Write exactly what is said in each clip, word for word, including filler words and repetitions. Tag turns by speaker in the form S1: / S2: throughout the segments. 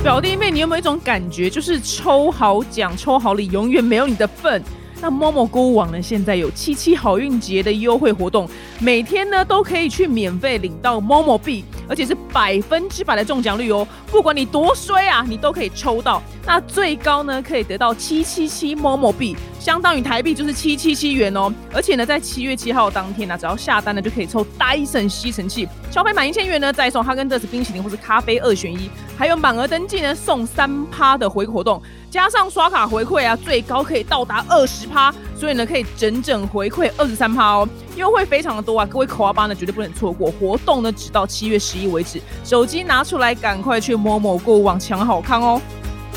S1: 表弟妹，你有没有一种感觉，就是抽好奖、抽好礼，永远没有你的份？那 Momo 购物网呢，现在有七七好运节的优惠活动，每天呢都可以去免费领到 Momo 币，而且是百分之百的中奖率哦！不管你多衰啊，你都可以抽到。那最高呢可以得到七七七 Momo 币，相当于台币就是七七七元哦。而且呢，在七月七号当天呢、啊，只要下单呢就可以抽 Dyson 吸尘器，消费满一千元呢再送哈根达斯冰淇淋或是咖啡二选一，还有满额登记呢送三趴的回馈活动。加上刷卡回馈啊，最高可以到达二十趴，所以呢可以整整回馈二十三趴哦，优惠非常的多啊！各位口阿巴呢绝对不能错过，活动呢只到七月十一为止，手机拿出来赶快去 Momo 购物网抢好康哦！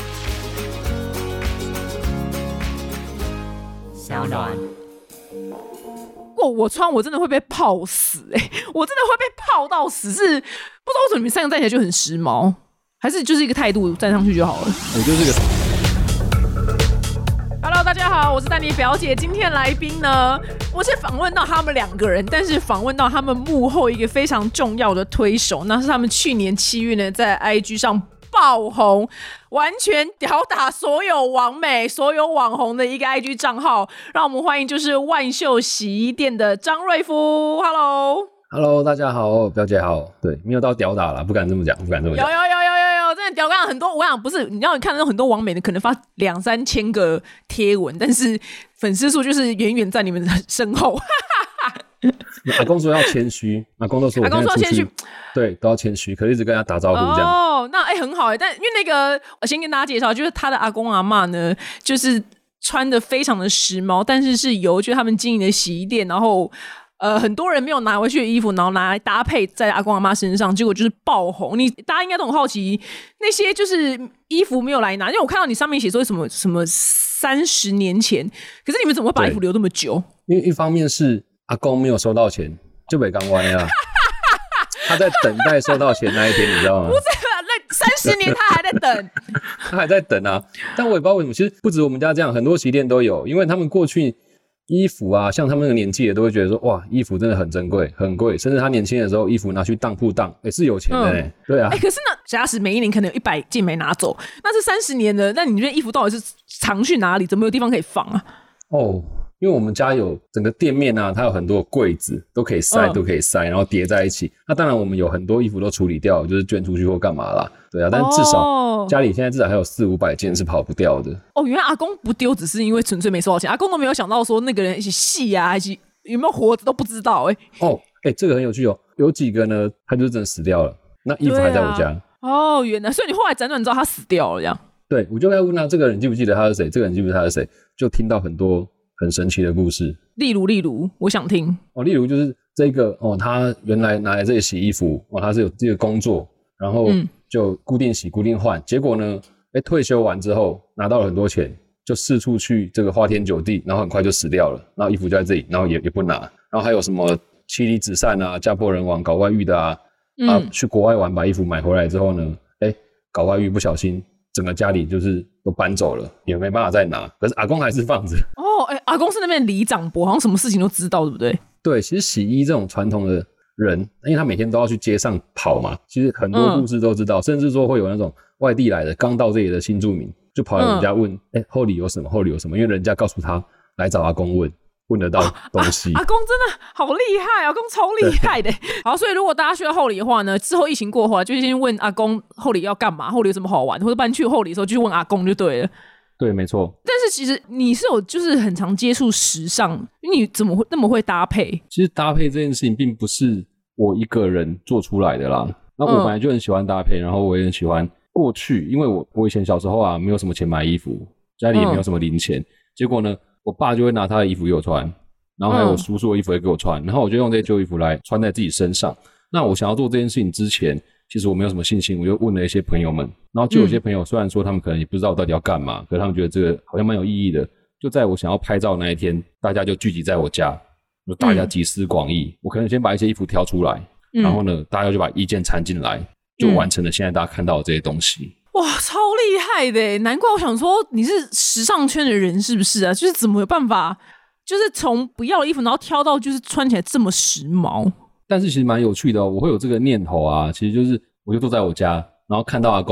S1: 小暖，过我穿我真的会被泡死哎、欸！我真的会被泡到死，是不知道为什么你们三个站起来就很时髦，还是就是一个态度站上去就好了？
S2: 我就是个。
S1: Hello， 大家好，我是丹妮表姐。今天来宾呢，我是访问到他们两个人，但是访问到他们幕后一个非常重要的推手，那是他们去年七月呢在 I G 上爆红，完全吊打所有网美、所有网红的一个 I G 账号。让我们欢迎就是万秀洗衣店的张瑞夫。Hello。Hello，
S2: 大家好，表姐好。对，没有到吊打啦，不敢这么讲，不敢这么讲。
S1: 有有有有有有，真的吊打很多。我想不是，你要你看到很多网美的可能发两三千个贴文，但是粉丝数就是远远在你们的身后。
S2: 阿公说要谦虚，阿公都说我
S1: 阿公说谦虚，
S2: 对，都要谦虚，可是一直跟他打招呼这样。
S1: 哦，那哎、欸、很好哎、欸，但因为那个我先跟大家介绍，就是他的阿公阿嬷呢，就是穿的非常的时髦，但是是由就是他们经营的洗衣店，然后。呃，很多人没有拿回去的衣服，然后拿来搭配在阿公阿嬷身上，结果就是爆红。你大家应该都很好奇，那些就是衣服没有来拿，因为我看到你上面写说什么什么三十年前，可是你们怎么会把衣服留这么久？
S2: 因为一方面是阿公没有收到钱，就被刚歪了，他在等待收到钱那一天，你知道吗？
S1: 不是，那三十年他还在等，
S2: 他还在等啊。但我也不知道为什么，其实不止我们家这样，很多洗衣店都有，因为他们过去。衣服啊，像他们那个年纪的都会觉得说，哇，衣服真的很珍贵，很贵，甚至他年轻的时候，衣服拿去当铺当，也是有钱的呢、嗯。对啊，
S1: 哎、欸，可是呢，假使每一年可能有一百件没拿走，那是三十年的，那你这衣服到底是藏去哪里？怎么有地方可以放啊？
S2: 哦，因为我们家有整个店面啊，它有很多柜子都可以塞，嗯、都可以塞，然后叠在一起。那当然，我们有很多衣服都处理掉，就是捐出去或干嘛啦。对啊，但至少家里现在至少还有四五百件是跑不掉的。
S1: 哦，原来阿公不丢，只是因为纯粹没收到钱，阿公都没有想到说那个人一起戏啊，还是有没有活着都不知道哎、
S2: 欸。哦，哎、欸，这个很有趣哦。有几个呢，他就真的死掉了，那衣服还在我家。啊、
S1: 哦，原来，所以你后来辗转知道他死掉了，这样。
S2: 对，我就该问他这个人记不记得他是谁，这个人记不记得他是谁，就听到很多很神奇的故事。
S1: 例如，例如，我想听。
S2: 哦，例如就是这个哦，他原来拿来这里洗衣服，哦，他是有自己的工作，然后。嗯就固定洗固定换，结果呢欸，退休完之后拿到了很多钱，就四处去这个花天酒地，然后很快就死掉了，然后衣服就在这里，然后 也, 也不拿，然后还有什么妻离子散啊，家破人亡，搞外遇的啊、嗯、啊去国外玩把衣服买回来之后呢欸，搞外遇不小心整个家里就是都搬走了，也没办法再拿，可是阿公还是放着。
S1: 哦，欸，阿公是那边里长伯，好像什么事情都知道，对不对？
S2: 对，其实洗衣这种传统的人，因为他每天都要去街上跑嘛，其实很多故事都知道、嗯、甚至说会有那种外地来的刚到这里的新住民就跑来我们家问哎、嗯欸，后里有什么后里有什么，因为人家告诉他来找阿公问问得到东西、
S1: 啊、阿公真的好厉害，阿公超厉害的。好，所以如果大家需要后里的话呢，之后疫情过后就先问阿公后里要干嘛，后里有什么好玩，或者搬去后里的时候就去问阿公就对了。
S2: 对，没错。
S1: 但是其实你是有就是很常接触时尚，你怎么会那么会搭配？
S2: 其实搭配这件事情并不是我一个人做出来的啦。那我本来就很喜欢搭配，嗯、然后我也很喜欢过去，因为我我以前小时候啊，没有什么钱买衣服，家里也没有什么零钱，嗯、结果呢，我爸就会拿他的衣服给我穿，然后还有我叔叔的衣服也给我穿，嗯、然后我就用这些旧衣服来穿在自己身上。那我想要做这件事情之前，其实我没有什么信心，我就问了一些朋友们，然后就有些朋友虽然说他们可能也不知道我到底要干嘛，嗯、可是他们觉得这个好像蛮有意义的。就在我想要拍照的那一天，大家就聚集在我家，就大家集思广益，嗯、我可能先把一些衣服挑出来，嗯、然后呢，大家就把意见掺进来，就完成了现在大家看到的这些东西。
S1: 哇，超厉害的！难怪我想说你是时尚圈的人是不是啊？就是怎么有办法，就是从不要的衣服，然后挑到就是穿起来这么时髦。但
S2: 是其实蛮有趣的哦，我会有这个念头啊，其实就是我就坐在我家，然后看到阿公他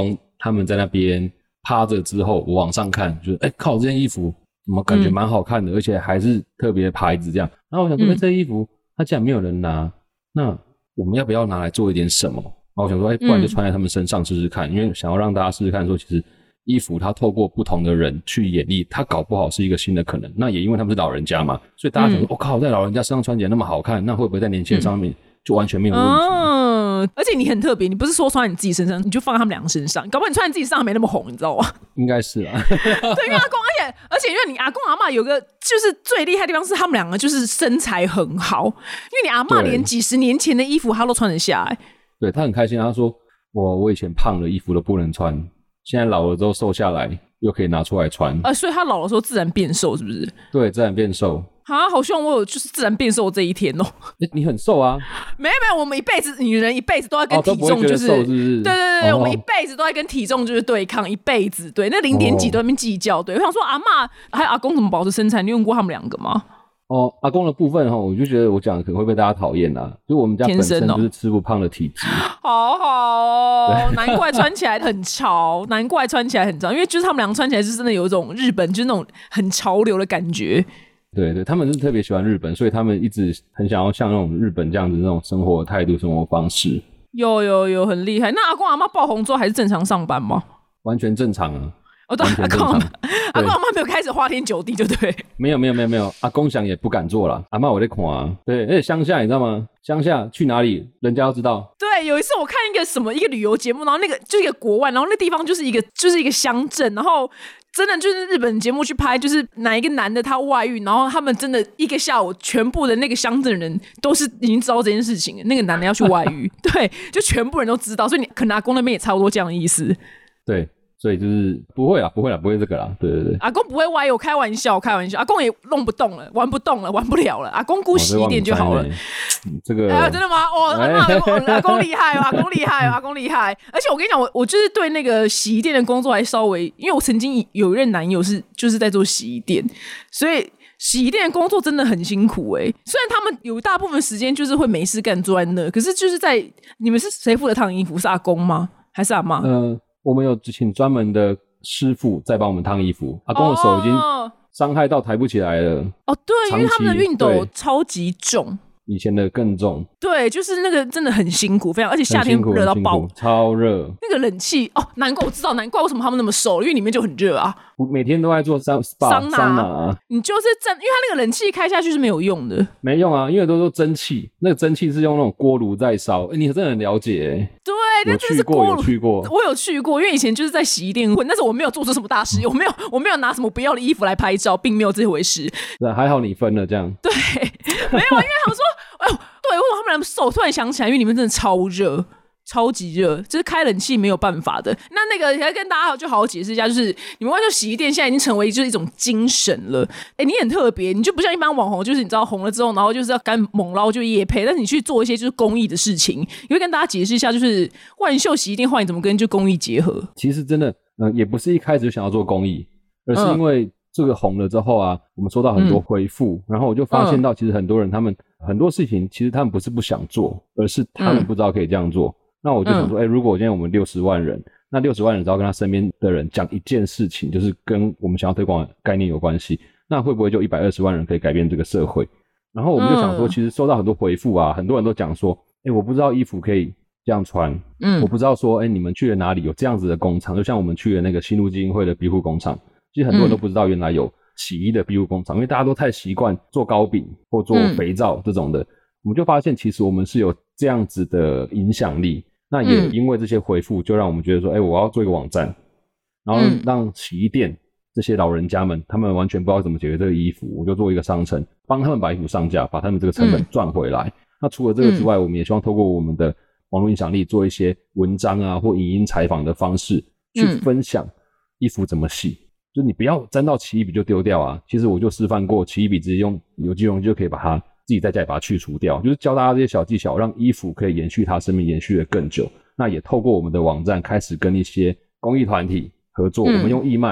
S2: 他们在那边趴着之后，我往上看，就是哎、欸、靠，这件衣服怎么感觉蛮好看的、嗯，而且还是特别牌子这样。然后我想说，哎、嗯，这件衣服它既然没有人拿，那我们要不要拿来做一点什么？然后我想说，哎、欸，不然就穿在他们身上试试看、嗯，因为想要让大家试试看，说其实衣服它透过不同的人去演绎，它搞不好是一个新的可能。那也因为他们是老人家嘛，所以大家想说，我、嗯哦、靠，在老人家身上穿起来那么好看，那会不会在年轻人上面就完全没有问题？
S1: 嗯，而且你很特别，你不是说穿在你自己身上，你就放在他们两个身上，搞不好你穿在自己身上没那么红，你知道吗？
S2: 应该是啊。
S1: 对，因为阿公，而且而且因为你阿公阿嬷有个就是最厉害的地方是他们两个就是身材很好，因为你阿嬷连几十年前的衣服他都穿得下来。
S2: 对，他很开心，他说我我以前胖的衣服都不能穿，现在老了之后瘦下来又可以拿出来穿。
S1: 呃，所以他老的时候自然变瘦，是不是？
S2: 对，自然变瘦。
S1: 啊，好希望我有就是自然变瘦这一天哦。
S2: 欸、你很瘦啊？
S1: 没有没有，我们一辈子女人一辈子都要跟体重就是，
S2: 哦、是不是
S1: 对对对、哦，我们一辈子都在跟体重就是对抗，一辈子对那零点几都在那边计较。对，我想说阿嬷还有阿公怎么保持身材？你问过他们两个吗？
S2: 哦，阿公的部分哈，我就觉得我讲的可能会被大家讨厌啦。就我们家本身就是吃不胖的体质，
S1: 好好哦，难怪穿起来很潮，难怪穿起来很潮，因为就是他们两个穿起来是真的有一种日本就是那种很潮流的感觉。
S2: 对对，他们是特别喜欢日本，所以他们一直很想要像那种日本这样子那种生活态度、生活方式。
S1: 有有有，很厉害。那阿公阿嬷爆红之后还是正常上班吗？
S2: 完全正常啊。
S1: 哦，对，阿公阿嬷阿公阿嬷没有开始花天酒地，对不对？
S2: 没有没有没有没有，阿公想也不敢做啦。阿嬷我在看啊，对，而且乡下你知道吗？乡下去哪里，人家要知道。
S1: 对，有一次我看一个什么一个旅游节目，然后那个就一个国外，然后那地方就是一个就是一个乡镇，然后真的就是日本节目去拍，就是哪一个男的他外遇，然后他们真的一个下午，全部的那个乡镇人都是已经知道这件事情了，那个男的要去外遇，对，就全部人都知道，所以你可能阿公那边也差不多这样的意思。
S2: 对。所以就是不会啦，不会啦，不会这个啦，对对对。
S1: 阿公不会歪，我开玩笑，开玩笑。阿公也弄不动了，玩不动了，玩不了了。阿公顾洗衣店就好了。
S2: 哦、这个、
S1: 哎、真的吗？哦，哎、阿公厉害哦，阿公厉害哦，阿公厉害。而且我跟你讲，我我就是对那个洗衣店的工作还稍微，因为我曾经有一任男友是就是在做洗衣店，所以洗衣店的工作真的很辛苦哎、欸。虽然他们有大部分时间就是会没事干坐在那，可是就是在你们是谁负责烫衣服？是阿公吗？还是阿嬷？
S2: 嗯、呃。我们有请专门的师傅在帮我们烫衣服，阿公的手已经伤害到抬不起来了。
S1: 哦，对，因为他们的熨斗超级重，
S2: 以前的更重。
S1: 对，就是那个真的很辛苦，非常，而且夏天热到爆，
S2: 超热。
S1: 那个冷气哦，难怪我知道，难怪为什么他们那么瘦，因为里面就很热啊。
S2: 我每天都在做桑桑拿，桑拿啊，
S1: 你就是站，因为它那个冷气开下去是没有用的，
S2: 没用啊，因为都是蒸汽，那个蒸汽是用那种锅炉在烧。哎、欸，你真的很了解、欸。
S1: 对，那真是锅炉，
S2: 有去过，
S1: 我有去过，因为以前就是在洗衣店混，但是我没有做出什么大事，我没有，我没有拿什么不要的衣服来拍照，并没有这回事。
S2: 对，还好你分了这样。
S1: 对，没有啊，因为他们说，哎呦，对，为什么他们两个手？突然想起来，因为你们真的超热。超级热，就是开冷气没有办法的。那那个要跟大家就好好解释一下，就是你们万秀洗衣店现在已经成为就是一种精神了。哎、欸，你很特别，你就不像一般网红，就是你知道红了之后，然后就是要干猛捞就业配，但是你去做一些就是公益的事情，你会跟大家解释一下，就是万秀洗衣店后来怎么跟就公益结合？
S2: 其实真的，嗯、呃，也不是一开始就想要做公益，而是因为这个红了之后啊，我们收到很多回复、嗯，然后我就发现到其实很多人他们很多事情其实他们不是不想做，而是他们不知道可以这样做。嗯，那我就想说，哎、欸，如果今天我们六十万人，那六十万人只要跟他身边的人讲一件事情，就是跟我们想要推广的概念有关系，那会不会就一百二十万人可以改变这个社会？然后我们就想说，其实收到很多回复啊，很多人都讲说，哎、欸，我不知道衣服可以这样穿，嗯，我不知道说，哎、欸，你们去了哪里有这样子的工厂，就像我们去了那个新路基金会的庇护工厂，其实很多人都不知道原来有洗衣的庇护工厂，因为大家都太习惯做糕饼或做肥皂这种的。嗯，我们就发现其实我们是有这样子的影响力，那也因为这些回复就让我们觉得说，哎、欸，我要做一个网站，然后让洗衣店这些老人家们他们完全不知道怎么解决这个衣服，我就做一个商城帮他们把衣服上架，把他们这个成本赚回来、嗯、那除了这个之外、嗯、我们也希望透过我们的网络影响力做一些文章啊或影音采访的方式去分享衣服怎么洗、嗯，就你不要沾到奇异笔就丢掉啊，其实我就示范过奇异笔直接用有机溶剂就可以把它自己在家里把它去除掉，就是教大家这些小技巧，让衣服可以延续它生命，延续的更久。那也透过我们的网站开始跟一些公益团体合作、嗯、我们用义卖，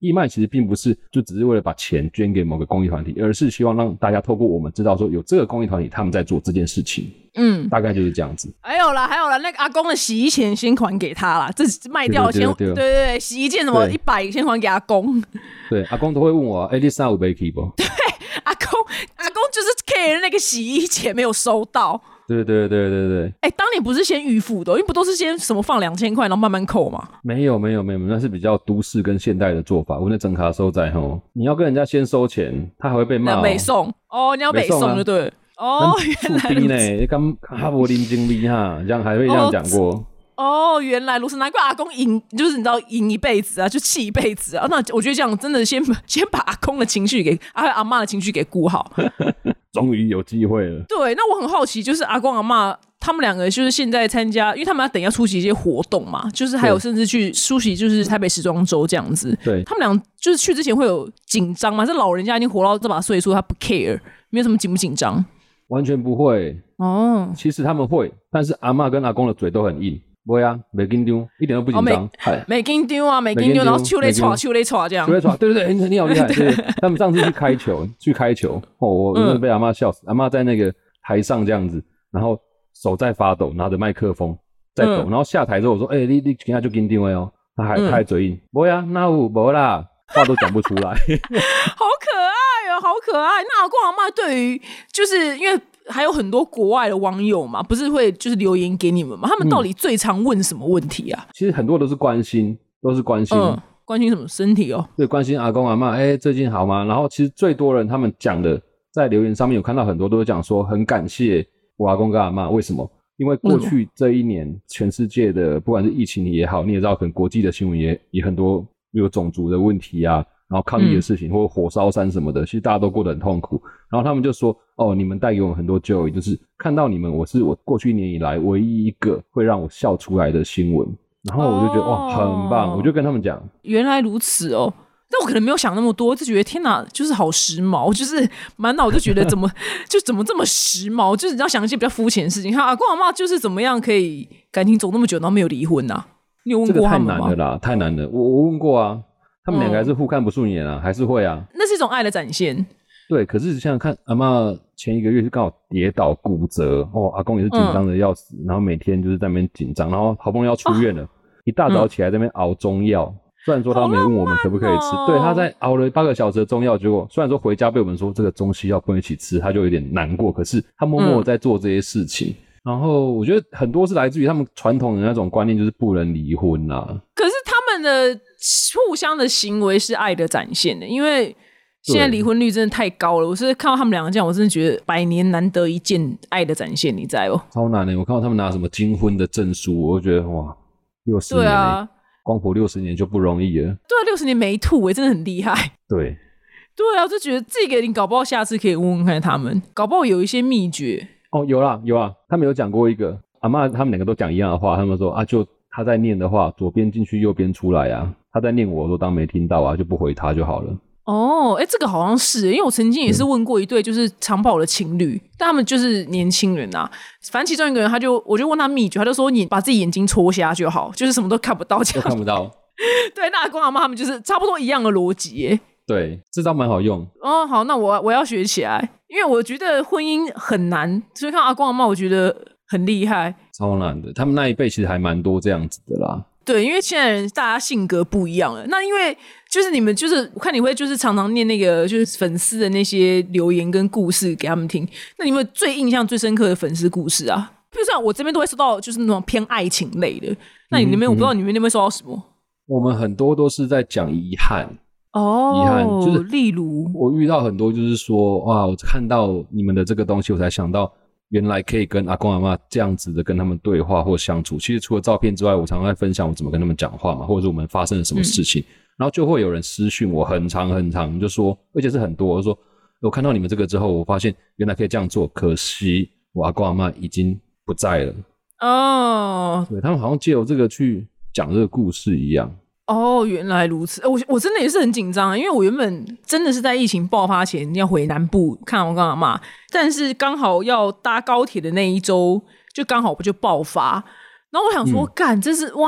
S2: 义卖其实并不是就只是为了把钱捐给某个公益团体，而是希望让大家透过我们知道说有这个公益团体他们在做这件事情。嗯，大概就是这样子。
S1: 还有啦，还有啦，那个阿公的洗衣钱先还给他啦，这卖掉先，对对 对, 对, 对, 对，洗衣件什么一百先还给阿公。
S2: 对，阿公都会问我，哎、欸，你三有没 keep 不？
S1: 对，阿公阿公就是 care 那个洗衣钱没有收到。
S2: 对对对对对，
S1: 哎、欸，当年不是先预付的，因为不都是先什么放两千块，然后慢慢扣嘛？
S2: 没有没有没有，那是比较都市跟现代的做法。我那整卡收在吼，你要跟人家先收钱，他还会被骂、哦。
S1: 北送哦，你要北送就对。哦，原来如此。
S2: 你刚哈伯林经理哈，这样还会这样讲过。
S1: 哦，原来如此，难怪阿公赢，就是你知道赢一辈子啊，就气一辈子啊。那我觉得这样真的先先把阿公的情绪给阿阿嬷的情绪给顾好。
S2: 终于有机会了。
S1: 对，那我很好奇，就是阿公阿嬷他们两个，就是现在参加，因为他们要等一下出席一些活动嘛，就是还有甚至去出席就是台北时装周这样子。
S2: 对，
S1: 他们俩就是去之前会有紧张吗？这老人家已经活到这把岁数，他不 care， 没有什么紧不紧张？
S2: 完全不会哦。其实他们会，但是阿嬷跟阿公的嘴都很硬。不会啊，没紧张，一点都不紧张。
S1: 没紧张啊，没紧张，然后手在抓，手在抓这样。
S2: 手在抓，对对对，你好厉害。对，他们上次去开球，去开球，哦，我真的被阿嬷笑死。嗯、阿嬷在那个台上这样子，然后手在发抖，拿着麦克风在抖，嗯、然后下台之后我说：“哎、欸，你你今天就紧张哦。”他还他还嘴硬，不会啊，那有没啦，话都讲不出来。好
S1: 可爱哦，好可爱。那阿公阿嬷对于就是因为。还有很多国外的网友嘛，不是会就是留言给你们嘛？他们到底最常问什么问题啊？
S2: 嗯、其实很多都是关心，都是关心，嗯、
S1: 关心什么身体哦？
S2: 对，关心阿公阿嬷，哎、欸，最近好吗？然后其实最多人他们讲的，在留言上面有看到很多都是讲说，很感谢我阿公跟阿嬷，为什么？因为过去这一年，全世界的不管是疫情也好，你也知道，可能国际的新闻也也很多，有种族的问题啊。然后抗议的事情，嗯、或者火烧山什么的，其实大家都过得很痛苦。然后他们就说：“哦，你们带给我们很多 joy， 就是看到你们，我是我过去一年以来唯一一个会让我笑出来的新闻。”然后我就觉得、哦、哇，很棒！我就跟他们讲，
S1: 原来如此哦。但我可能没有想那么多，就觉得天哪，就是好时髦，就是满脑就觉得怎么就怎么这么时髦，就是你要想一些比较肤浅的事情。阿公阿嬷就是怎么样可以感情走那么久，然后没有离婚啊？你有问过他们吗？
S2: 这个太难了啦，太难了。我我问过啊。他们两个还是互看不顺眼啊、嗯，还是会啊，
S1: 那是一种爱的展现。
S2: 对，可是想想看，阿嬷前一个月是刚好跌倒骨折，哦，阿公也是紧张的要死、嗯，然后每天就是在那边紧张，然后好不容易要出院了，啊、一大早起来在那边熬中药、嗯。虽然说他没问我们可不可以吃，哦、对，他在熬了八个小时的中药，结果虽然说回家被我们说这个中西药不能一起吃，他就有点难过，可是他默默在做这些事情。嗯、然后我觉得很多是来自于他们传统的那种观念，就是不能离婚啦、啊。
S1: 可是他们的互相的行为是爱的展现的，因为现在离婚率真的太高了。我是看到他们两个这样，我真的觉得百年难得一见爱的展现，你知道哦？
S2: 超难的！我看到他们拿什么金婚的证书，我就觉得哇，六十年、欸，对啊，光活六十年就不容易了。
S1: 对啊，六十年没吐、欸，真的很厉害。
S2: 对，
S1: 对啊，我就觉得这个你搞不好下次可以问问看他们，搞不好有一些秘诀。
S2: 哦，有啦有啊，他们有讲过一个阿嬷，他们两个都讲一样的话，他们说啊，就他在念的话，左边进去，右边出来啊。他在念我，我都当没听到啊，就不回他就好了。
S1: 哦，哎、欸，这个好像是，因为我曾经也是问过一对就是长跑的情侣，但他们就是年轻人啊。反正其中一个人，他就我就问他秘诀，他就说你把自己眼睛戳瞎就好，就是什么都看不到这样。
S2: 都看不到。
S1: 对，那阿公阿嬷他们就是差不多一样的逻辑耶。
S2: 对，这招蛮好用。
S1: 哦，好，那我我要学起来，因为我觉得婚姻很难，所以看阿公阿嬷，我觉得很厉害，
S2: 超难的。他们那一辈其实还蛮多这样子的啦。
S1: 对，因为现在人大家性格不一样了。那因为就是你们就是我看你会就是常常念那个就是粉丝的那些留言跟故事给他们听。那你们最印象最深刻的粉丝故事啊？比如说我这边都会收到就是那种偏爱情类的。那你那边、嗯、我不知道你们那边收到什么？
S2: 我们很多都是在讲遗憾。
S1: 哦，
S2: 遗憾就是
S1: 例如
S2: 我遇到很多就是说哇，我看到你们的这个东西，我才想到。原来可以跟阿公阿嬷这样子的跟他们对话或相处。其实除了照片之外，我常常在分享我怎么跟他们讲话嘛，或者是我们发生了什么事情、嗯、然后就会有人私讯我很长很长，就说而且是很多，我说我看到你们这个之后，我发现原来可以这样做，可惜我阿公阿嬷已经不在了。哦，对，他们好像借由这个去讲这个故事一样。
S1: 哦，原来如此。我我真的也是很紧张，因为我原本真的是在疫情爆发前要回南部看我跟阿嬷，但是刚好要搭高铁的那一周就刚好不就爆发，然后我想说干、嗯、这是万一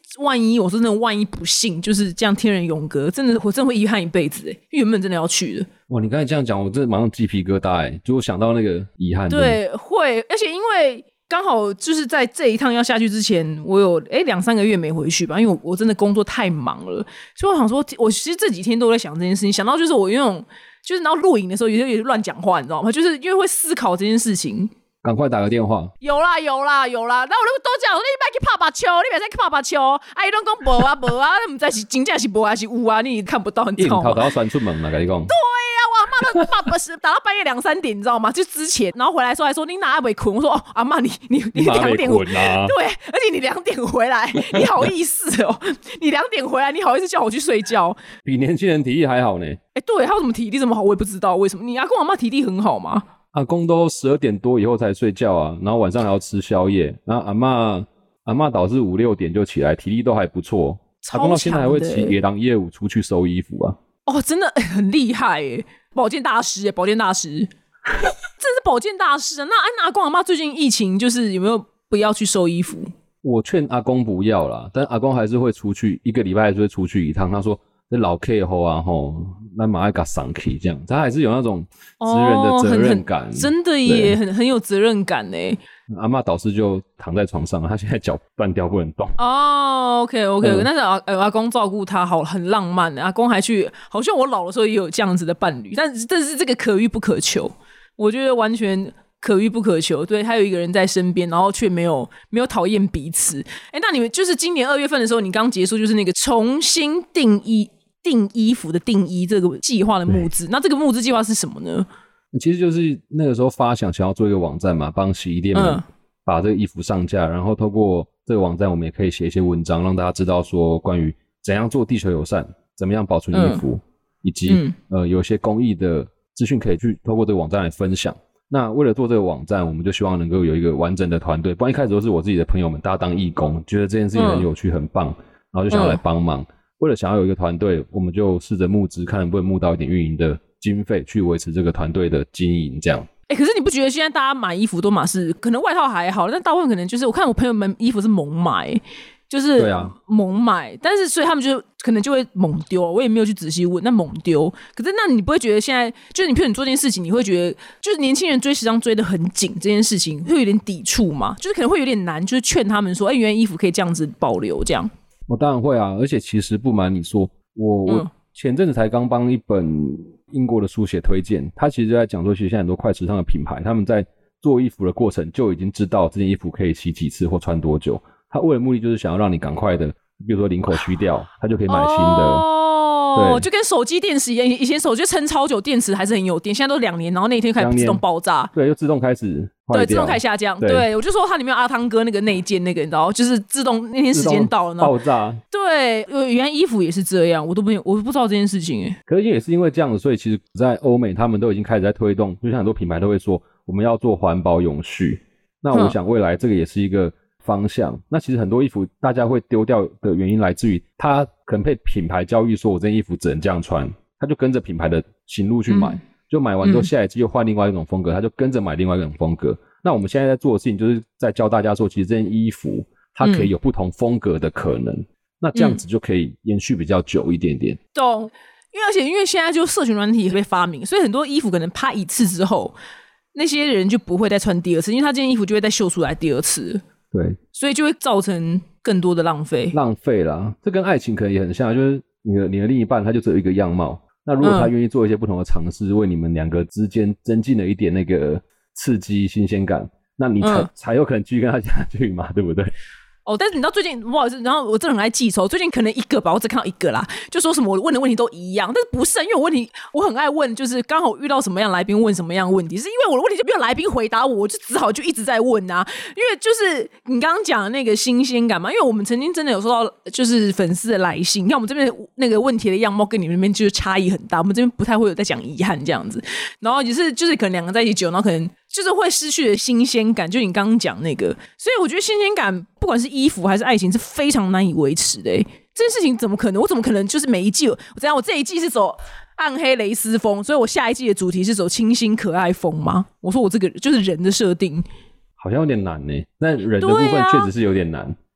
S1: 万一我说真的万一不幸就是这样天人永隔，真的我真的会遗憾一辈子哎，因为原本真的要去的。
S2: 哇，你刚才这样讲，我真的马上鸡皮疙瘩哎，就我想到那个遗憾。
S1: 对，会，而且因为刚好就是在这一趟要下去之前，我有哎两三个月没回去吧，因为我我真的工作太忙了，所以我想说，我其实这几天都在想这件事情，想到就是我那种就是然后录影的时候有些也乱讲话，你知道吗？就是因为会思考这件事情。
S2: 赶快打个电话。
S1: 有啦有啦有啦，那我就都讲，你别去拍拍球，你别再去拍拍球。啊，伊拢讲无啊无啊，唔知是真正是无还是有啊，你看不到，你知道吗？
S2: 硬头要钻出门了，跟你讲。
S1: 对呀、啊，我阿妈都爸不是打到半夜两三点，你知道吗？就之前，然后回来说还说你哪还没困？我说哦，阿妈你你你两点
S2: 困啊？
S1: 对，而且你两点回来，你好意思哦？你两点回来，你好意思叫我去睡觉？
S2: 比年轻人体力还好呢。
S1: 哎，对，他有什么体力这么好？我也不知道为什么。你阿公阿妈体力很好吗？
S2: 阿公都十二点多以后才睡觉啊，然后晚上还要吃宵夜。然后阿嬷阿嬷倒是五六点就起来，体力都还不错。阿公到现在还会骑野狼业务出去收衣服啊。
S1: 哦，真的、欸、很厉害耶，保健大师耶，保健大师，真是保健大师啊！那那阿公阿嬷最近疫情就是有没有不要去收衣服？
S2: 我劝阿公不要啦，但阿公还是会出去，一个礼拜还是会出去一趟。他说这老 K 后啊吼，那马爱嘎上 K 这样，他还是有那种职人的责任感，
S1: 哦、真的耶，很很有责任感耶。
S2: 阿嬷导师就躺在床上，他现在脚断掉不能动。
S1: 哦 ，OK OK，、嗯、但是阿、呃、阿公照顾他好，很浪漫的。阿公还去，好像我老的时候也有这样子的伴侣，但但是这个可遇不可求，我觉得完全可遇不可求。对，他有一个人在身边，然后却没有没有讨厌彼此。哎，那你们就是今年二月份的时候，你刚结束就是那个重新定义定衣服的定义这个计划的募资，那这个募资计划是什么呢？
S2: 其实就是那个时候发想想要做一个网站嘛，帮洗衣店们把这个衣服上架、嗯、然后透过这个网站我们也可以写一些文章，让大家知道说关于怎样做地球友善，怎么样保存衣服、嗯、以及、嗯、呃有些公益的资讯可以去透过这个网站来分享。那为了做这个网站，我们就希望能够有一个完整的团队，不然一开始都是我自己的朋友们大家当义工，觉得这件事情很有趣、嗯、很棒，然后就想要来帮忙、嗯、为了想要有一个团队，我们就试着募资，看能不能募到一点运营的经费去维持这个团队的经营这样。
S1: 欸，可是你不觉得现在大家买衣服都嘛是可能外套还好，但大部分可能就是我看我朋友们衣服是猛买，就是猛买、啊、但是所以他们就可能就会猛丢，我也没有去仔细问，那猛丢。可是那你不会觉得现在就是你譬如你做这件事情，你会觉得就是年轻人追时尚追得很紧这件事情会有点抵触吗？就是可能会有点难，就是劝他们说哎、欸，原来衣服可以这样子保留这样。
S2: 我当然会啊，而且其实不瞒你说，我我前阵子才刚帮一本英国的书写推荐，他其实就在讲说，其实现在很多快时尚的品牌，他们在做衣服的过程就已经知道这件衣服可以洗几次或穿多久。他为了目的就是想要让你赶快的，比如说领口虚掉，他就可以买新的。
S1: 哦，就跟手机电池一样，以前手机撑超久，电池还是很有电，现在都两年，然后那一天开始自动爆炸，
S2: 对，就自动开始坏掉，
S1: 对，自动开始下降。对，对我就说它里面有阿汤哥那个内建那个，你知道，就是自动那天时间到了呢
S2: 爆炸。
S1: 对，原来衣服也是这样，我都不我不知道这件事情哎。
S2: 可是也是因为这样子，所以其实在欧美他们都已经开始在推动，就像很多品牌都会说我们要做环保永续。那我想未来这个也是一个方向、嗯、那其实很多衣服大家会丢掉的原因来自于他可能被品牌教育说我这件衣服只能这样穿，他就跟着品牌的行路去买、嗯、就买完之后下一季又换另外一种风格、嗯、他就跟着买另外一种风格。那我们现在在做的事情就是在教大家说其实这件衣服它可以有不同风格的可能、嗯、那这样子就可以延续比较久一点点。
S1: 懂，因为而且因为现在就社群软体被发明，所以很多衣服可能拍一次之后那些人就不会再穿第二次，因为他这件衣服就会再秀出来第二次。
S2: 对，
S1: 所以就会造成更多的浪费。
S2: 浪费啦，这跟爱情可能也很像，就是你的你的另一半他就只有一个样貌，那如果他愿意做一些不同的尝试、嗯，为你们两个之间增进了一点那个刺激新鲜感，那你才、嗯、才有可能继续跟他下去嘛，对不对？
S1: 哦，但是你知道最近不好意思，然后我真的很爱记仇，最近可能一个吧，我只看到一个啦，就说什么我问的问题都一样，但是不是，因为我问题我很爱问，就是刚好遇到什么样来宾问什么样的问题，是因为我的问题就没有来宾回答我，我就只好就一直在问啊，因为就是你刚刚讲的那个新鲜感嘛，因为我们曾经真的有收到就是粉丝的来信，你看我们这边那个问题的样貌跟你们那边就是差异很大，我们这边不太会有在讲遗憾这样子，然后也是就是可能两个在一起久，然后可能就是会失去的新鲜感，就你刚刚讲那个，所以我觉得新鲜感不管是衣服还是爱情是非常难以维持的、欸、这件事情怎么可能？我怎么可能就是每一季我怎样？我这一季是走暗黑蕾丝风，所以我下一季的主题是走清新可爱风吗？我说我这个就是人的设定，
S2: 好像有点难呢、欸。那人的部分确实是有点难。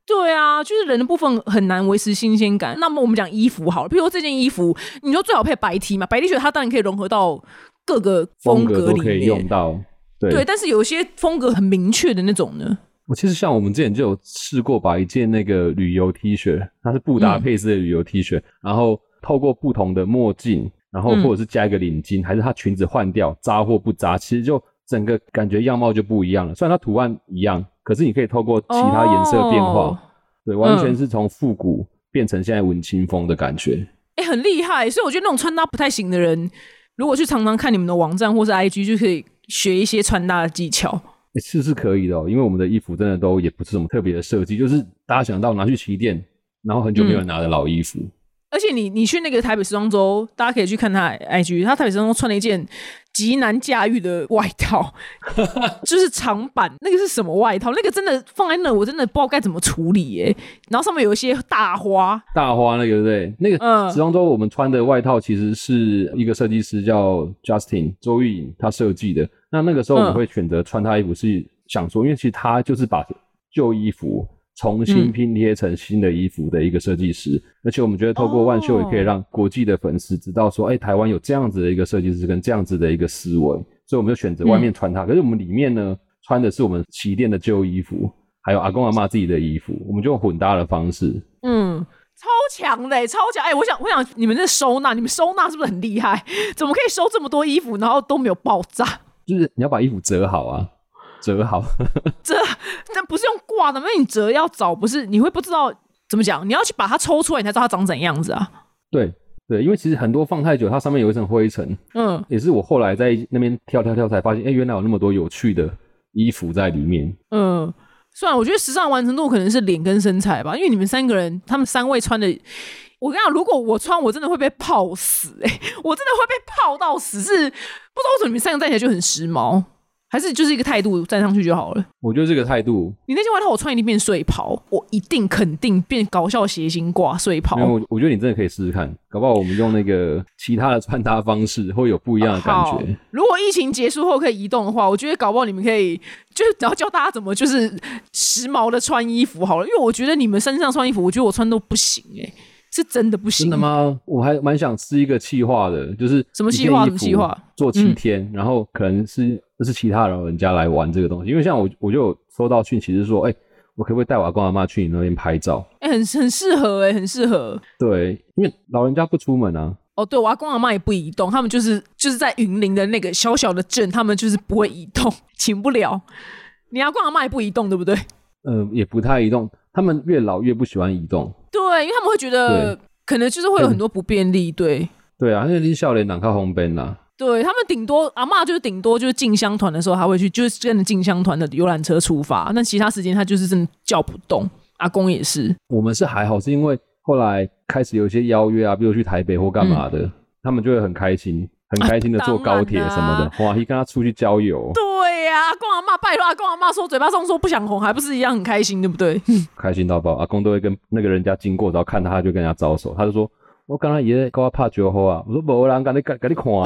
S1: 对啊，就是人的部分很难维持新鲜感。那么我们讲衣服好了，比如说这件衣服，你说最好配白 T 嘛，白 T 恤它当然可以融合到各个风格里面，
S2: 风格都可以用到。对，
S1: 对，但是有一些风格很明确的那种呢。
S2: 我其实像我们之前就有试过把一件那个旅游 T 恤，它是布达佩斯的旅游 T 恤、嗯，然后透过不同的墨镜，然后或者是加一个领巾、嗯、还是它裙子换掉，扎或不扎，其实就整个感觉样貌就不一样了。虽然它图案一样，可是你可以透过其他颜色变化、哦、对，完全是从复古变成现在文青风的感觉。
S1: 哎、欸，很厉害。所以我觉得那种穿搭不太行的人，如果去常常看你们的网站或是 I G， 就可以学一些穿搭的技巧。
S2: 欸、是是可以的哦，因为我们的衣服真的都也不是什么特别的设计，就是大家想到拿去旗店，然后很久没有人拿的老衣服。嗯、
S1: 而且你你去那个台北时装周，大家可以去看他的 I G， 他台北时装周穿了一件极难驾驭的外套，就是长版，那个是什么外套？那个真的放在那，我真的不知道该怎么处理耶。然后上面有一些大花，
S2: 大花那个对不对？那个时装周我们穿的外套其实是一个设计师叫 Justin 周玉颖他设计的。那那个时候我们会选择穿他衣服，是想说，因为其实他就是把旧衣服重新拼贴成新的衣服的一个设计师、嗯，而且我们觉得透过万秀也可以让国际的粉丝知道说，哎、欸，台湾有这样子的一个设计师跟这样子的一个思维，所以我们就选择外面穿它、嗯。可是我们里面呢，穿的是我们旗店的旧衣服，还有阿公阿嬷自己的衣服，我们就用混搭的方式。
S1: 嗯，超强的、欸，超强！哎、欸，我想，我想你们这收纳，你们收纳是不是很厉害？怎么可以收这么多衣服，然后都没有爆炸？
S2: 就是你要把衣服折好啊。折好
S1: 折，但不是用挂的，因为你折要找，不是你会不知道怎么讲，你要去把它抽出来，你才知道它长怎样子啊。
S2: 对对，因为其实很多放太久，它上面有一层灰尘，嗯，也是我后来在那边跳跳跳才发现，哎、欸，原来有那么多有趣的衣服在里面。嗯，
S1: 虽然我觉得时尚完成度可能是脸跟身材吧，因为你们三个人，他们三位穿的。我跟你讲，如果我穿，我真的会被泡死、欸，哎，我真的会被泡到死，是不知道为什么你们三个站起来就很时髦。还是就是一个态度站上去就好了。
S2: 我觉得这个态度，
S1: 你那件外套我穿一定变睡袍，我一定肯定变搞笑谐星挂睡袍。
S2: 我我觉得你真的可以试试看，搞不好我们用那个其他的穿搭方式会有不一样的感觉。
S1: 啊、如果疫情结束后可以移动的话，我觉得搞不好你们可以就是只要教大家怎么就是时髦的穿衣服好了，因为我觉得你们身上穿衣服，我觉得我穿都不行哎、欸。是真的不行。
S2: 真的吗？我还蛮想吃一个企划的，就是
S1: 什么企划？什么企划？
S2: 做七天、嗯，然后可能是是其他老人家来玩这个东西。因为像我，我就有收到讯息是说，哎、欸，我可不可以带我阿公阿嬷去你那边拍照？
S1: 哎、欸，很很适合哎、欸，很适合。
S2: 对，因为老人家不出门啊。
S1: 哦，对，我阿公阿嬷也不移动，他们就是就是在云林的那个小小的镇，他们就是不会移动，请不了。你阿公阿嬷也不移动，对不对？
S2: 呃，也不太移动，他们越老越不喜欢移动。
S1: 对，因为他们会觉得。可能就是会有很多不便利，对
S2: 对啊，因为你少年人靠红边啦。
S1: 对，他们顶多阿嬷就是顶多就是进香团的时候，他会去就是跟着进香团的游览车出发，那其他时间他就是真的叫不动。阿公也是，
S2: 我们是还好，是因为后来开始有一些邀约啊，比如去台北或干嘛的、嗯，他们就会很开心，很开心的坐高铁什么的，哇、啊，一跟他出去郊游。
S1: 对呀、啊，阿公阿嬷拜托阿公阿嬷说嘴巴上说不想红，还不是一样很开心，对不对？
S2: 开心到爆，阿公都会跟那个人家经过，然后看他，他就跟人家招手，他就说。我刚才也跟我拍酒后啊，我说没人跟你跟你看啊，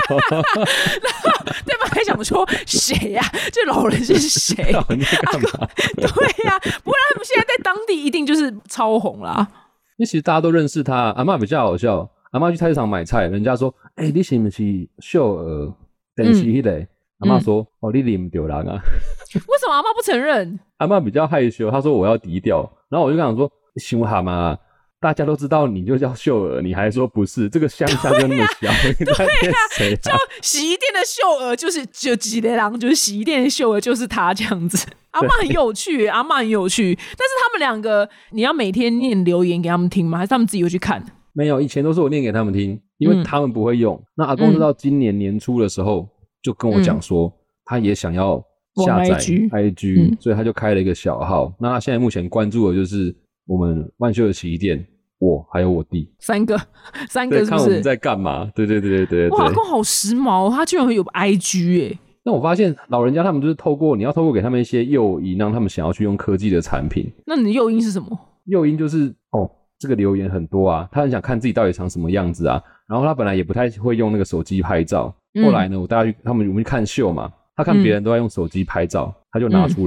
S1: 对方还想说谁呀、啊？这老人是谁？老人在干嘛？对呀、啊，不然他们现在在当地一定就是超红啦。
S2: 因为其实大家都认识他，阿嬷比较好笑。阿嬷去菜市场买菜，人家说：“哎、欸，你是不是秀儿？电视迄个？”阿嬷说：“哦，你认不对人啊。”
S1: 为什么阿嬷不承认？
S2: 阿嬷比较害羞，她说：“我要低调。”然后我就跟她说：“凶蛤嘛。”大家都知道你就叫秀儿，你还说不是？这个乡下就那么小，
S1: 对呀、啊，就洗衣店的秀儿就是就几个人，就是洗衣店的秀儿就是他这样子。阿嬷很有趣，阿嬷很有趣，但是他们两个，你要每天念留言给他们听吗？还是他们自己会去看？
S2: 没有，以前都是我念给他们听，因为他们不会用。嗯、那阿公是到今年年初的时候就跟我讲说、嗯，他也想要下载 I G，、嗯、所以他就开了一个小号。那他现在目前关注的就是我们万秀的洗衣店。我还有我弟
S1: 三个三个是不是
S2: 看我们在干嘛？对对对对对对。
S1: 哇，阿公好时髦，他居然会有 I G 耶、欸！
S2: 那我发现老人家他们就是透过你要透过给他们一些诱因，让他们想要去用科技的产品。
S1: 那你的诱因是什么？
S2: 诱因就是哦，这个留言很多啊，他很想看自己到底长什么样子啊。然后他本来也不太会用那个手机拍照，嗯、后来呢，我大家去他们我们去看秀嘛，他看别人都在用手机拍照，嗯、他就拿出来。嗯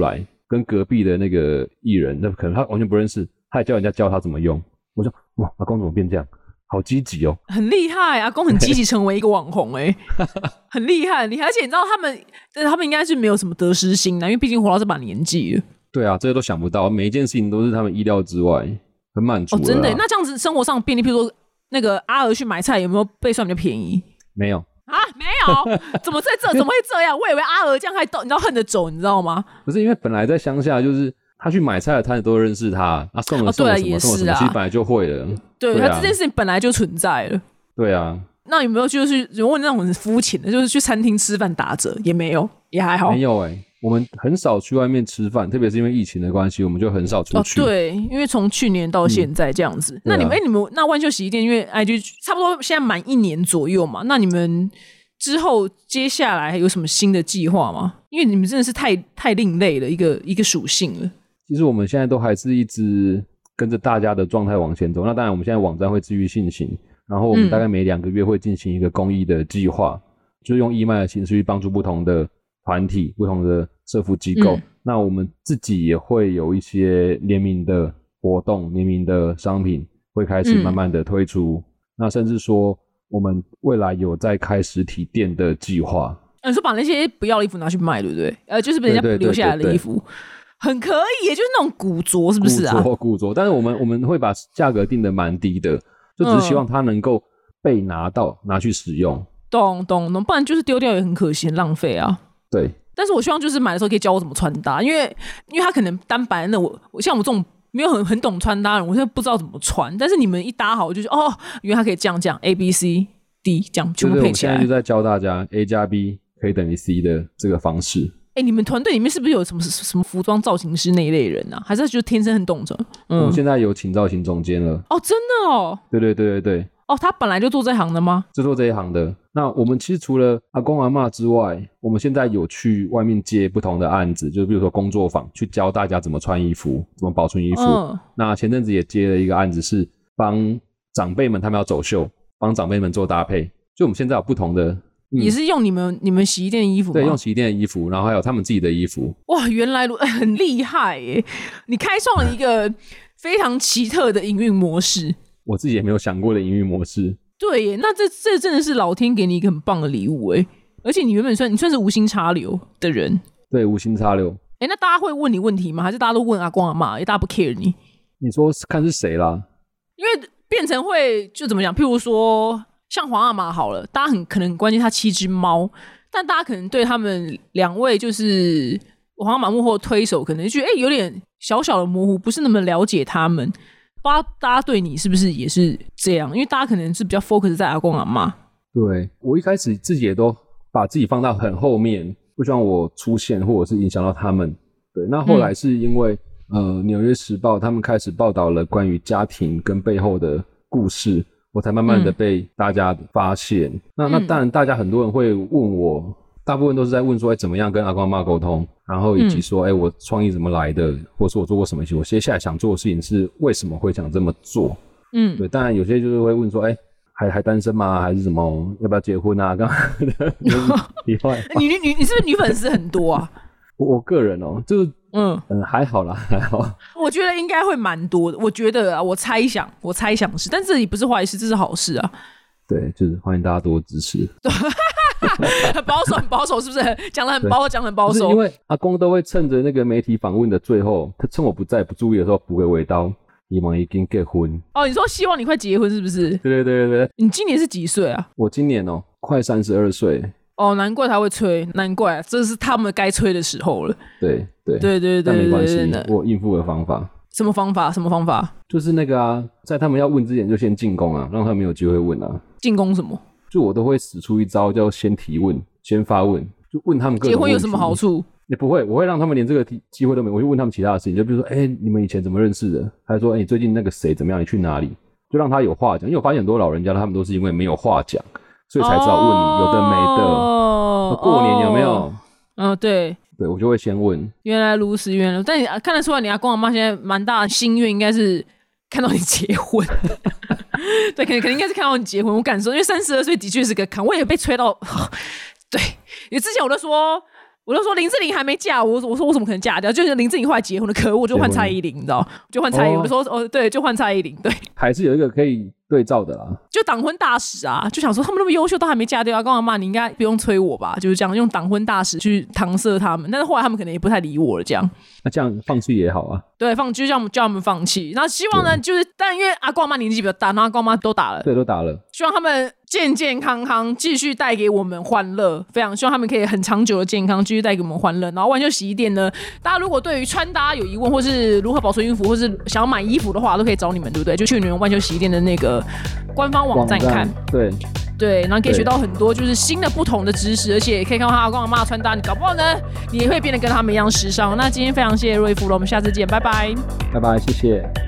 S2: 跟隔壁的那个艺人，那可能他完全不认识，他也叫人家教他怎么用。我说哇，阿公怎么变这样？好积极哦，
S1: 很厉害，阿公很积极成为一个网红哎、欸，很厉害很厉害，而且你知道他们，他们应该是没有什么得失心的，因为毕竟活到这把年纪了。
S2: 对啊，这些都想不到，每一件事情都是他们意料之外，很满足了。哦，
S1: 真的？那这样子生活上便利，譬如说那个阿娥去买菜，有没有被算比较便宜？
S2: 没有
S1: 啊，没有，怎么在这？怎么会这样？我以为阿娥这样还你知道恨着走，你知道吗？
S2: 不是，因为本来在乡下就是。他去买菜的摊子都认识他，他、啊、送了送了什么、哦啊、送了什么，其实本来就会了。
S1: 对，
S2: 对啊、
S1: 他这件事情本来就存在了。
S2: 对啊。
S1: 那有没有就是有问那种很肤浅的，就是去餐厅吃饭打折？也没有，也还好。
S2: 没有哎、欸，我们很少去外面吃饭，特别是因为疫情的关系，我们就很少出去。
S1: 哦，对，因为从去年到现在这样子。嗯、那你们哎、啊欸，你们那万秀洗衣店，因为 I G 差不多现在满一年左右嘛，那你们之后接下来有什么新的计划吗？因为你们真的是太太另类了一个一个属性了。
S2: 其实我们现在都还是一直跟着大家的状态往前走。那当然，我们现在网站会治愈性行，然后我们大概每两个月会进行一个公益的计划，嗯、就是用义卖的形式去帮助不同的团体、不同的社福机构。嗯、那我们自己也会有一些联名的活动、联名的商品会开始慢慢的推出。嗯、那甚至说，我们未来有在开实体店的计划。
S1: 你说把那些不要的衣服拿去卖，对不对？呃，就是被人家留下来的衣服。对对对对对，很可以耶，就是那种古着，是不是啊？
S2: 古着，古着，但是我们我们会把价格定得蛮低的，就只是希望它能够被拿到、嗯、拿去使用。
S1: 懂懂懂，不然就是丢掉也很可惜，很浪费啊。
S2: 对。
S1: 但是我希望就是买的时候可以教我怎么穿搭，因为因为他可能单白那我我像我这种没有很很懂穿搭的人，我现在不知道怎么穿。但是你们一搭好，我就觉得哦，原来它可以这样这样 A B C D 这样全部配起来。
S2: 对，我们现在就在教大家 A 加 B 可以等于 C 的这个方式。
S1: 哎、欸，你们团队里面是不是有什么什么服装造型师那一类人啊？还是就天生很懂着？嗯，
S2: 我们现在有请造型总监了。
S1: 哦，真的哦。
S2: 对对对对对。
S1: 哦，他本来就做这行的吗？
S2: 就做这一行的。那我们其实除了阿公阿嬷之外，我们现在有去外面接不同的案子，就比如说工作坊，去教大家怎么穿衣服，怎么保存衣服。嗯、那前阵子也接了一个案子，是帮长辈们他们要走秀，帮长辈们做搭配。就我们现在有不同的。
S1: 嗯、也是用你们你们洗衣店的衣服吗？
S2: 对，用洗衣店的衣服，然后还有他们自己的衣服。
S1: 哇，原来很厉害耶！你开创了一个非常奇特的营运模式，
S2: 我自己也没有想过的营运模式。
S1: 对耶，那这这真的是老天给你一个很棒的礼物耶！而且你原本算你算是无心插柳的人。
S2: 对，无心插柳。
S1: 哎，那大家会问你问题吗？还是大家都问阿公阿嬷？因为大家不 care 你？
S2: 你说看是谁啦？
S1: 因为变成会就怎么讲？譬如说。像黄阿玛好了，大家很可能很关心他七只猫，但大家可能对他们两位就是黄阿玛幕后推手，可能觉得哎、欸、有点小小的模糊，不是那么了解他们。不知道大家对你是不是也是这样？因为大家可能是比较 focus 在阿公阿嬷。
S2: 对，我一开始自己也都把自己放到很后面，不希望我出现或者是影响到他们。对，那后来是因为、嗯、呃，纽约时报他们开始报道了关于家庭跟背后的故事。我才慢慢的被大家发现。嗯、那那当然，大家很多人会问我，嗯、大部分都是在问说，哎、欸，怎么样跟阿公阿嬷沟通，然后以及说，哎、嗯欸，我创意怎么来的，或是我做过什么事情，我接下来想做的事情是为什么会想这么做？嗯，对。当然，有些就是会问说，哎、欸，还还单身吗？还是什么？要不要结婚啊？刚刚的题外话，
S1: 你你你是不是女粉丝很多啊？
S2: 我我个人哦，就是嗯嗯还好啦，还好。
S1: 我觉得应该会蛮多的。我觉得啊，我猜想，我猜想是，但这里不是坏事，这是好事啊。
S2: 对，就是欢迎大家多支持。
S1: 很保守，很保守，是不是？讲得很保守，讲得很保守。
S2: 因为阿公都会趁着那个媒体访问的最后，他趁我不在、不注意的时候，补个尾刀。你们已经结婚
S1: 哦？你说希望你快结婚是不是？
S2: 对对对对对。
S1: 你今年是几岁啊？
S2: 我今年哦，快三十二岁。
S1: 哦，难怪他会催，难怪这是他们该催的时候了。
S2: 对对
S1: 对对对，
S2: 但没关系，我应付的方法。
S1: 什么方法？什么方法？
S2: 就是那个啊，在他们要问之前就先进攻啊，让他们有机会问啊。
S1: 进攻什么？
S2: 就我都会使出一招，叫先提问，先发问，就问他们各种问题。
S1: 结婚有什么好处？
S2: 也不会，我会让他们连这个机会都没有，我会问他们其他的事情，就比如说，哎、欸，你们以前怎么认识的？还说，哎、欸，你最近那个谁怎么样？你去哪里？就让他有话讲，因为我发现很多老人家他们都是因为没有话讲，所以才只好问你、哦、有的没的。过年有没有？
S1: 嗯、哦，对，
S2: 对我就会先问。
S1: 原来如此，原来，但你看得出来，你阿公阿嬷现在蛮大的心愿，应该是看到你结婚。对，可能可能应该是看到你结婚，我感受，因为三十二岁的确是个坎，我也被催到。对，因为之前我都说。 我就说林志玲还没嫁，我我说我怎么可能嫁掉？就是林志玲后来结婚了，可恶，我就换蔡依林，你知道？就换蔡依林，我就说哦，对，就换蔡依林，对，
S2: 还是有一个可以对照的啦。
S1: 就挡婚大使啊，就想说他们那么优秀，都还没嫁掉啊，跟我骂你应该不用催我吧？就是这样用挡婚大使去搪塞他们，但是后来他们可能也不太理我了，这样。
S2: 那这样放弃也好啊。
S1: 对，放就叫叫他们放弃。然后希望呢，就是但因为阿公阿妈年纪比较大，然后阿公阿妈都打了，
S2: 对，都打了。
S1: 希望他们健健康康，继续带给我们欢乐。非常希望他们可以很长久的健康，继续带给我们欢乐。然后万秀洗衣店呢，大家如果对于穿搭有疑问，或是如何保存衣服，或是想要买衣服的话，都可以找你们，对不对？就去你们万秀洗衣店的那个官方网站看。
S2: 对。
S1: 对，然后可以学到很多就是新的不同的知识，而且也可以看到他阿公阿嬷穿搭，你搞不好呢，你也会变得跟他们一样时尚。那今天非常谢谢瑞夫了，我们下次见，拜拜，
S2: 拜拜，谢谢。